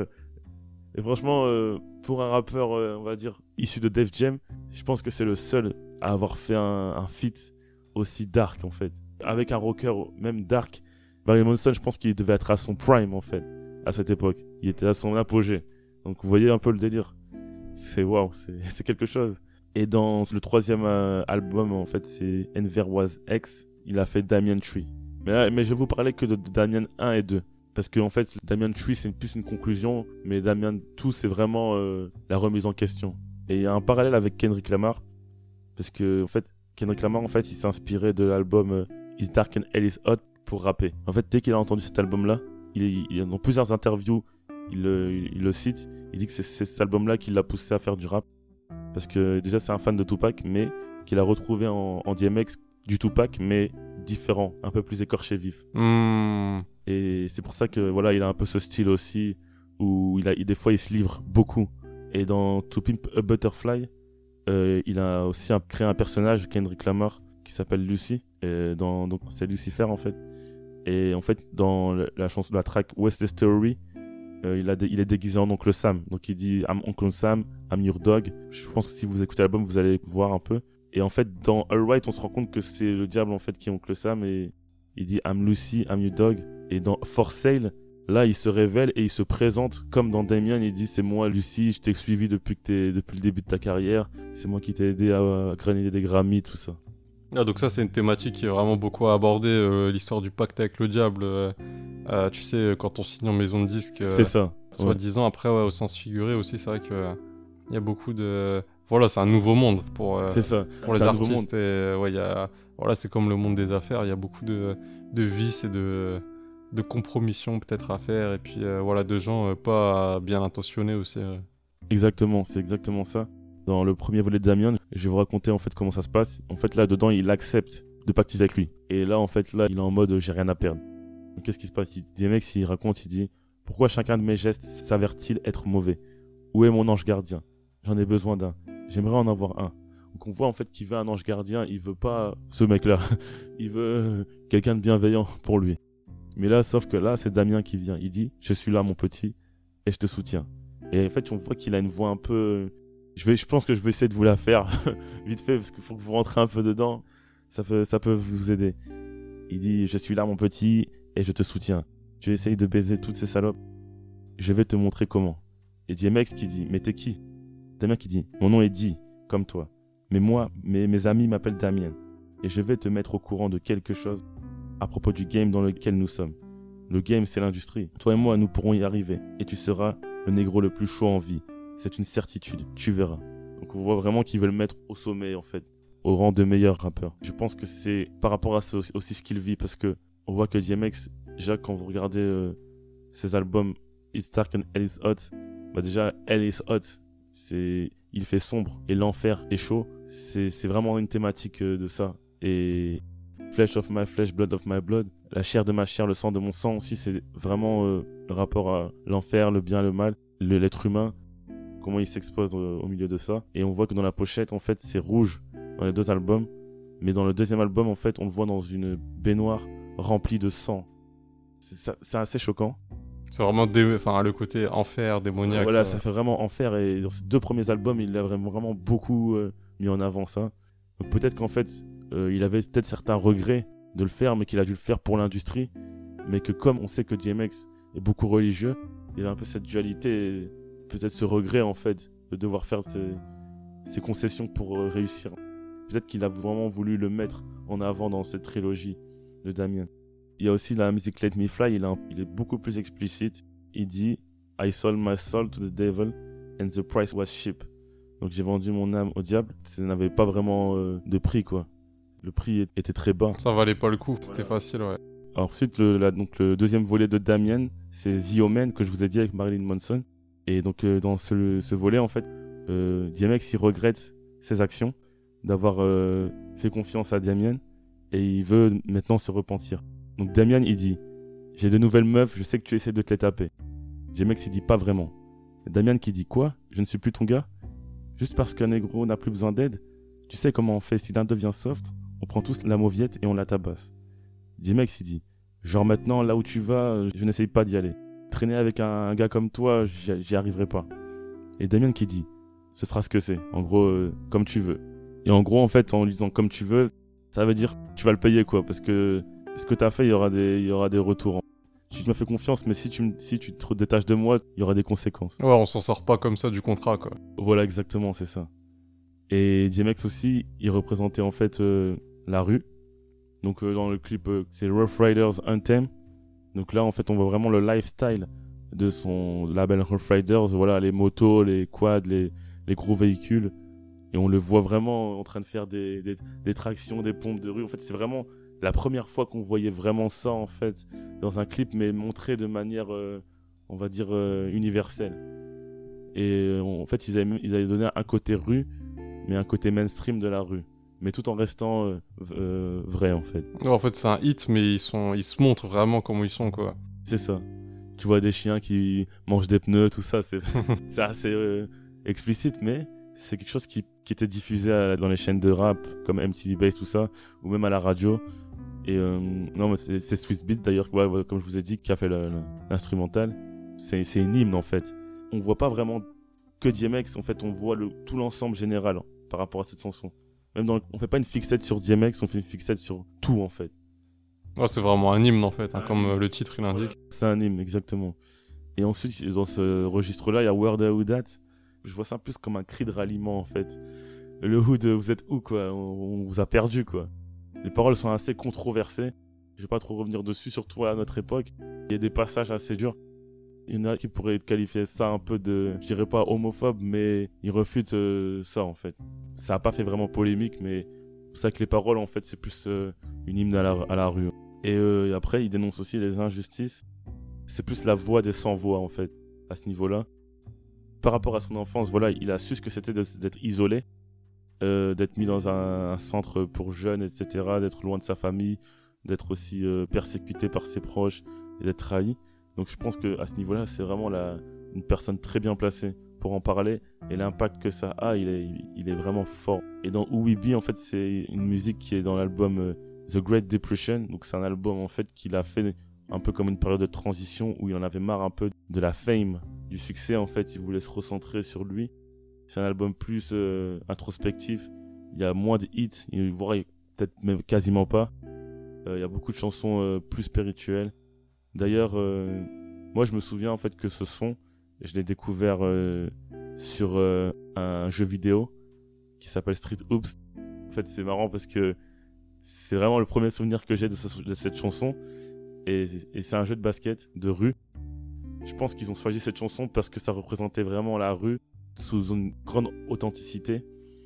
Et franchement, euh, pour un rappeur, euh, on va dire, issu de Def Jam, je pense que c'est le seul à avoir fait un, un feat aussi dark, en fait. Avec un rocker, même dark. Marilyn Manson, je pense qu'il devait être à son prime, en fait, à cette époque. Il était à son apogée. Donc, vous voyez un peu le délire. C'est waouh, c'est, c'est quelque chose. Et dans le troisième euh, album, en fait, c'est Enver Was X. Il a fait Damien Tree. Mais, là, mais je vais vous parler que de, de Damien un et deux. Parce qu'en en fait, Damien Tree, c'est plus une conclusion. Mais Damien deux, c'est vraiment euh, la remise en question. Et il y a un parallèle avec Kendrick Lamar. Parce que, en fait, Kendrick Lamar, en fait, il s'est inspiré de l'album euh, It's Dark and Hell Is Hot pour rapper. En fait, dès qu'il a entendu cet album-là, il, il, il, dans plusieurs interviews, il, il, il le cite. Il dit que c'est, c'est cet album-là qui l'a poussé à faire du rap. Parce que déjà, c'est un fan de Tupac, mais qu'il a retrouvé en, en D M X du Tupac, mais différent, un peu plus écorché vif. Mmh. Et c'est pour ça que voilà, il a un peu ce style aussi, où il a, il, des fois, il se livre beaucoup. Et dans To Pimp a Butterfly, euh, il a aussi un, créé un personnage, Kendrick Lamar, qui s'appelle Lucy. Et dans, donc, c'est Lucifer, en fait. Et en fait, dans la, la chanson, la track West Story, Euh, il, a dé- il est déguisé en Oncle Sam. Donc il dit I'm Uncle Sam, I'm your dog. Je pense que si vous écoutez l'album, vous allez voir un peu. Et en fait, dans Alright, on se rend compte que c'est le diable en fait qui est Oncle Sam. Et il dit I'm Lucy, I'm your dog. Et dans For Sale, là, il se révèle et il se présente comme dans Damien. Il dit c'est moi, Lucy, je t'ai suivi depuis, que t'es, depuis le début de ta carrière. C'est moi qui t'ai aidé à, à gagner des Grammy, tout ça. Ah, donc ça, c'est une thématique qui est vraiment beaucoup abordée, euh, l'histoire du pacte avec le diable. Euh, euh, tu sais, quand on signe en maison de disque, euh, c'est ça. Soi-disant, ouais. Après, ouais, au sens figuré aussi, c'est vrai qu'il euh, y a beaucoup de... Voilà, c'est un nouveau monde pour, euh, c'est ça. pour les c'est artistes. Et, ouais, y a... voilà, c'est comme le monde des affaires, il y a beaucoup de, de vices et de, de compromissions peut-être à faire. Et puis, euh, voilà, de gens euh, pas bien intentionnés aussi. Euh. Exactement, c'est exactement ça. Dans le premier volet de Damien, je vais vous raconter en fait comment ça se passe. En fait, là dedans, il accepte de pactiser avec lui. Et là, en fait, là, il est en mode euh, j'ai rien à perdre. Donc, qu'est-ce qui se passe? Il dit, mec, s'il raconte, il dit pourquoi chacun de mes gestes s'avère-t-il être mauvais? Où est mon ange gardien? J'en ai besoin d'un. J'aimerais en avoir un. Donc, on voit en fait qu'il veut un ange gardien. Il veut pas ce mec-là. Il veut euh, quelqu'un de bienveillant pour lui. Mais là, sauf que là, c'est Damien qui vient. Il dit je suis là, mon petit, et je te soutiens. Et en fait, on voit qu'il a une voix un peu. Je, vais, je pense que je vais essayer de vous la faire vite fait parce qu'il faut que vous rentrez un peu dedans. Ça peut, ça peut vous aider. Il dit je suis là mon petit et je te soutiens. Tu essayes de baiser toutes ces salopes. Je vais te montrer comment. Et D M X qui dit mais t'es qui? Damien qui dit mon nom est Di, comme toi. Mais moi, mes, mes amis m'appellent Damien. Et je vais te mettre au courant de quelque chose à propos du game dans lequel nous sommes. Le game c'est l'industrie. Toi et moi nous pourrons y arriver. Et tu seras le négro le plus chaud en vie. C'est une certitude, tu verras. Donc on voit vraiment qu'ils veulent le mettre au sommet en fait, au rang de meilleur rappeur. Je pense que c'est par rapport à ce, aussi ce qu'il vit parce que on voit que D M X, déjà quand vous regardez euh, ses albums It's Dark and Hell Is Hot, bah déjà Hell Is Hot, c'est il fait sombre et l'enfer est chaud. C'est, c'est vraiment une thématique euh, de ça. Et Flesh of my flesh, blood of my blood, la chair de ma chair, le sang de mon sang aussi, c'est vraiment euh, le rapport à l'enfer, le bien, le mal, le, l'être humain. Comment il s'expose au milieu de ça. Et on voit que dans la pochette, en fait, c'est rouge dans les deux albums. Mais dans le deuxième album, en fait, on le voit dans une baignoire remplie de sang. C'est, ça, c'est assez choquant. C'est vraiment dé... enfin, le côté enfer, démoniaque. Voilà, ça, ça fait vraiment enfer. Et dans ces deux premiers albums, il a vraiment, vraiment beaucoup euh, mis en avant ça. Donc peut-être qu'en fait, euh, il avait peut-être certains regrets de le faire, mais qu'il a dû le faire pour l'industrie. Mais que comme on sait que D M X est beaucoup religieux, il y avait un peu cette dualité... Peut-être ce regret en fait de devoir faire ces, ces concessions pour euh, réussir. Peut-être qu'il a vraiment voulu le mettre en avant dans cette trilogie de Damien. Il y a aussi la musique Let Me Fly, il, a un, il est beaucoup plus explicite. Il dit I sold my soul to the devil and the price was cheap. Donc j'ai vendu mon âme au diable. Ça n'avait pas vraiment euh, de prix quoi. Le prix était très bas. Ça valait pas le coup, c'était Voilà. facile ouais. Alors, ensuite, le, la, donc, le deuxième volet de Damien, c'est The Omen que je vous ai dit avec Marilyn Manson. Et donc, euh, dans ce, ce volet, en fait, euh, D M X, il regrette ses actions. d'avoir euh, fait confiance à Damien et il veut maintenant se repentir. Donc Damien, il dit « J'ai de nouvelles meufs, je sais que tu essaies de te les taper. » J M X, il dit « Pas vraiment. » Damien qui dit « Quoi? Je ne suis plus ton gars? Juste parce qu'un négro n'a plus besoin d'aide? Tu sais comment on fait si l'un devient soft? On prend tous la mauviette et on la tabasse. » J M X, il dit « Genre maintenant, là où tu vas, je n'essaye pas d'y aller. Traîner avec un, un gars comme toi, j'y, j'y arriverai pas. » Et Damien qui dit « Ce sera ce que c'est. En gros, euh, comme tu veux. » Et en gros, en fait, en lui disant « comme tu veux », ça veut dire que tu vas le payer, quoi. Parce que ce que tu as fait, il y aura des, il y aura des retours. Tu m'as fait confiance, mais si tu, me- si tu te détaches de moi, il y aura des conséquences. Ouais, on s'en sort pas comme ça du contrat, quoi. Voilà, exactement, c'est ça. Et D M X aussi, il représentait en fait euh, la rue. Donc euh, dans le clip, euh, c'est Rough Riders Anthem. Donc là, en fait, on voit vraiment le lifestyle de son label Rough Riders. Voilà, les motos, les quads, les, les gros véhicules. Et on le voit vraiment en train de faire des, des, des tractions, des pompes de rue. En fait, c'est vraiment la première fois qu'on voyait vraiment ça, en fait, dans un clip, mais montré de manière, euh, on va dire, euh, universelle. Et euh, en fait, ils avaient, ils avaient donné un côté rue, mais un côté mainstream de la rue. Mais tout en restant euh, euh, vrai, en fait. Ouais, en fait, c'est un hit, mais ils, sont... ils se montrent vraiment comment ils sont, quoi. C'est ça. Tu vois des chiens qui mangent des pneus, tout ça, c'est c'est assez euh, explicite, mais c'est quelque chose qui, qui était diffusé à- dans les chaînes de rap, comme M T V Base, tout ça, ou même à la radio. Et euh, non, mais c'est c'est Swizz Beatz, d'ailleurs, ouais, ouais, comme je vous ai dit, qui a fait le- le- l'instrumental. C'est c'est une hymne, en fait. On voit pas vraiment que D M X, en fait, on voit le, tout l'ensemble général hein, par rapport à cette chanson. Même dans le- on fait pas une fixette sur D M X, on fait une fixette sur tout, en fait. Ouais, c'est vraiment un hymne, en fait, hein, comme euh, le titre, il l'indique. C'est un hymne, exactement. Et ensuite, dans ce registre-là, il y a Where the Hood At. Je vois ça plus comme un cri de ralliement, en fait. Le Hood, vous êtes où, quoi? On, on vous a perdu, quoi. Les paroles sont assez controversées. Je vais pas trop revenir dessus, surtout à notre époque. Il y a des passages assez durs. Il y en a qui pourraient qualifier ça un peu de, je dirais pas homophobe, mais ils refutent euh, ça, en fait. Ça a pas fait vraiment polémique, mais c'est pour ça que les paroles, en fait, c'est plus euh, une hymne à la, à la rue. Et, euh, et après, il dénonce aussi les injustices. C'est plus la voix des sans-voix, en fait, à ce niveau-là. Par rapport à son enfance, voilà, il a su ce que c'était de- d'être isolé, euh, d'être mis dans un, un centre pour jeunes, et cetera, d'être loin de sa famille, d'être aussi euh, persécuté par ses proches et d'être trahi. Donc je pense qu'à ce niveau-là, c'est vraiment la, une personne très bien placée pour en parler. Et l'impact que ça a, il est, il est vraiment fort. Et dans Who We Be, en fait, c'est une musique qui est dans l'album euh, The Great Depression. Donc c'est un album, en fait, qu'il a fait un peu comme une période de transition où il en avait marre un peu de la fame, du succès, en fait. Il voulait se recentrer sur lui. C'est un album plus euh, introspectif. Il y a moins de hits, il voire peut-être même quasiment pas. Euh, il y a beaucoup de chansons euh, plus spirituelles. D'ailleurs, euh, moi je me souviens en fait que ce son, je l'ai découvert euh, sur euh, un jeu vidéo qui s'appelle Street Hoops. En fait, c'est marrant parce que c'est vraiment le premier souvenir que j'ai de, ce- de cette chanson. Et, et c'est un jeu de basket de rue. Je pense qu'ils ont choisi cette chanson parce que ça représentait vraiment la rue sous une grande authenticité.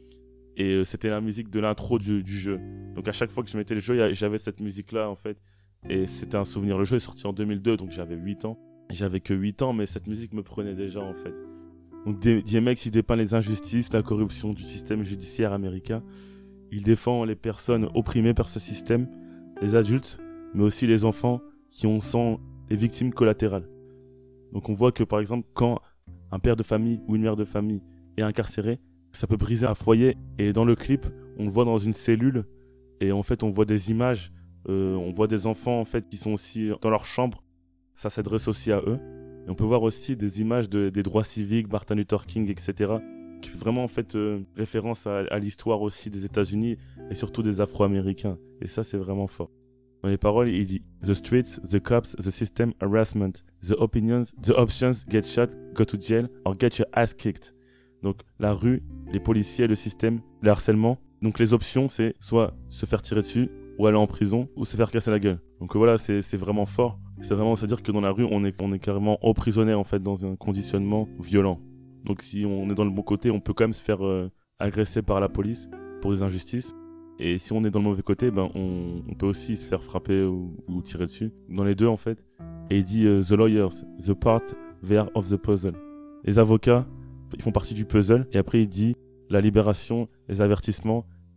Et euh, c'était la musique de l'intro du, du jeu. Donc à chaque fois que je mettais le jeu, y a- j'avais cette musique-là en fait. Et c'était un souvenir. Le jeu est sorti en deux mille deux, donc j'avais huit ans. J'avais que huit ans, mais cette musique me prenait déjà en fait. Donc D M X, il dépeint les injustices, la corruption du système judiciaire américain. Il défend les personnes opprimées par ce système, les adultes, mais aussi les enfants qui en sont les victimes collatérales. Donc on voit que par exemple, quand un père de famille ou une mère de famille est incarcéré, ça peut briser un foyer. Et dans le clip, on le voit dans une cellule, et en fait on voit des images, euh, on voit des enfants en fait qui sont aussi dans leur chambre. Ça s'adresse aussi à eux. Et on peut voir aussi des images de, des droits civiques, Martin Luther King, et cetera, qui fait vraiment en fait euh, référence à, à l'histoire aussi des États-Unis et surtout des Afro-Américains. Et ça, c'est vraiment fort. Dans les paroles, il dit The streets, the cops, the system, harassment, the opinions, the options, get shot, go to jail, or get your ass kicked. Donc la rue, les policiers, le système, le harcèlement. Donc les options, c'est soit se faire tirer dessus, ou aller en prison, ou se faire casser la gueule. Donc euh, voilà, c'est c'est vraiment fort. C'est vraiment, c'est-à-dire que dans la rue, on est, on est carrément emprisonné en fait dans un conditionnement violent. Donc si on est dans le bon côté, on peut quand même se faire euh, agresser par la police pour des injustices. Et si on est dans le mauvais côté, ben on, on peut aussi se faire frapper ou, ou tirer dessus. Dans les deux en fait. Et il dit euh, The lawyers, the part, they are of the puzzle. Les avocats, ils font partie du puzzle. Et après il dit la libération, les avertissements,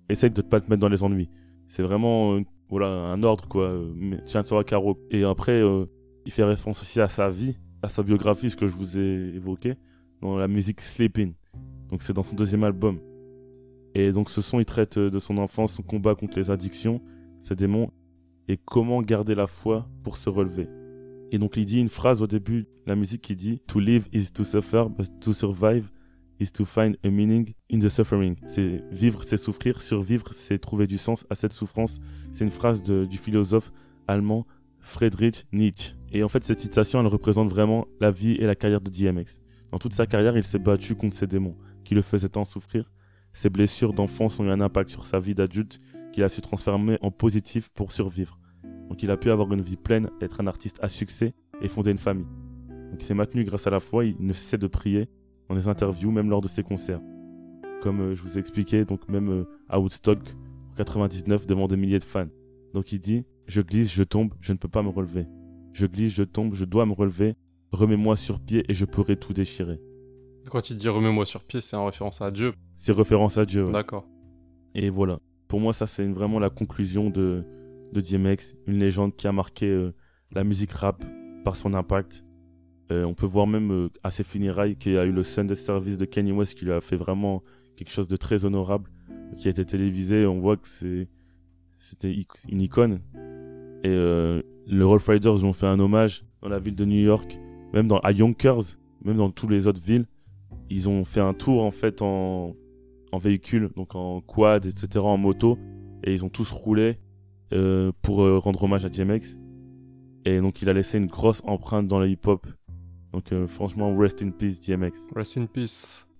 essaye de pas te mettre dans les ennuis. C'est vraiment euh, voilà, un ordre, quoi. euh, mais Tiens sur la carreau. Et après, euh, il fait référence aussi à sa vie, à sa biographie, ce que je vous ai évoqué, dans la musique Sleeping. Donc c'est dans son deuxième album. Et donc ce son, il traite de son enfance, son combat contre les addictions, ses démons, et comment garder la foi pour se relever. Et donc il dit une phrase au début de la musique qui dit « To live is to suffer, but to survive is to find a meaning in the suffering ». C'est vivre, c'est souffrir, survivre, c'est trouver du sens à cette souffrance. C'est une phrase de, du philosophe allemand Friedrich Nietzsche. Et en fait, cette citation, elle représente vraiment la vie et la carrière de D M X. Dans toute sa carrière, il s'est battu contre ses démons, qui le faisaient tant souffrir. Ses blessures d'enfance ont eu un impact sur sa vie d'adulte qu'il a su transformer en positif pour survivre. Donc il a pu avoir une vie pleine, être un artiste à succès et fonder une famille. Donc il s'est maintenu grâce à la foi, il ne cessait de prier dans les interviews, même lors de ses concerts. Comme euh, je vous ai expliqué, donc même euh, à Woodstock en quatre-vingt-dix-neuf devant des milliers de fans. Donc il dit « Je glisse, je tombe, je ne peux pas me relever. Je glisse, je tombe, je dois me relever. Remets-moi sur pied et je pourrai tout déchirer. » Quand il dit remets-moi sur pied, c'est en référence à Dieu. C'est référence à Dieu. Ouais. D'accord. Et voilà. Pour moi, ça, c'est une- vraiment la conclusion de, de D M X. Une légende qui a marqué euh, la musique rap par son impact. Euh, on peut voir même euh, à ses funérailles qu'il y a eu le Sunday Service de Kanye West qui lui a fait vraiment quelque chose de très honorable, qui a été télévisé. On voit que c'est, c'était ic- une icône. Et euh, le Rough Riders lui ont fait un hommage dans la ville de New York, même dans, à Yonkers, même dans toutes les autres villes. Ils ont fait un tour en fait en, en véhicule, donc en quad, et cetera, en moto. Et ils ont tous roulé euh, pour euh, rendre hommage à D M X. Et donc il a laissé une grosse empreinte dans le hip-hop. Donc euh, franchement, rest in peace D M X. Rest in peace.